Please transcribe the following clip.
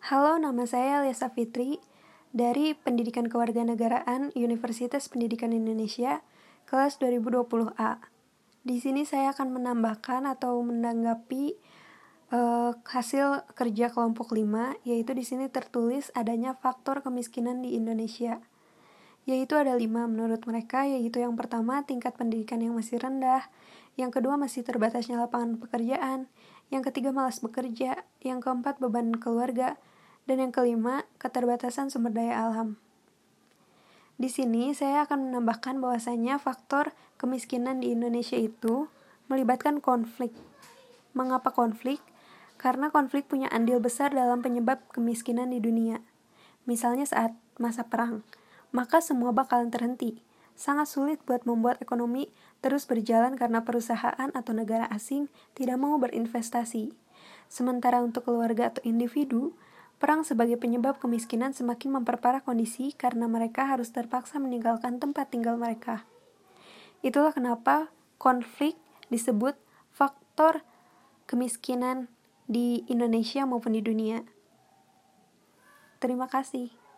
Halo, nama saya Liasa Fitri dari Pendidikan Kewarganegaraan Universitas Pendidikan Indonesia, kelas 2020A. Di sini saya akan menambahkan atau menanggapi hasil kerja kelompok 5, yaitu di sini tertulis adanya faktor kemiskinan di Indonesia. Yaitu ada 5 menurut mereka, yaitu yang pertama tingkat pendidikan yang masih rendah, yang kedua masih terbatasnya lapangan pekerjaan, yang ketiga malas bekerja, yang keempat beban keluarga, dan yang kelima keterbatasan sumber daya alam. Di sini saya akan menambahkan bahwasanya faktor kemiskinan di Indonesia itu melibatkan konflik. Mengapa konflik? Karena konflik punya andil besar dalam penyebab kemiskinan di dunia. Misalnya saat masa perang, maka semua bakalan terhenti. Sangat sulit buat membuat ekonomi terus berjalan karena perusahaan atau negara asing tidak mau berinvestasi. Sementara untuk keluarga atau individu, perang sebagai penyebab kemiskinan semakin memperparah kondisi karena mereka harus terpaksa meninggalkan tempat tinggal mereka. Itulah kenapa konflik disebut faktor kemiskinan di Indonesia maupun di dunia. Terima kasih.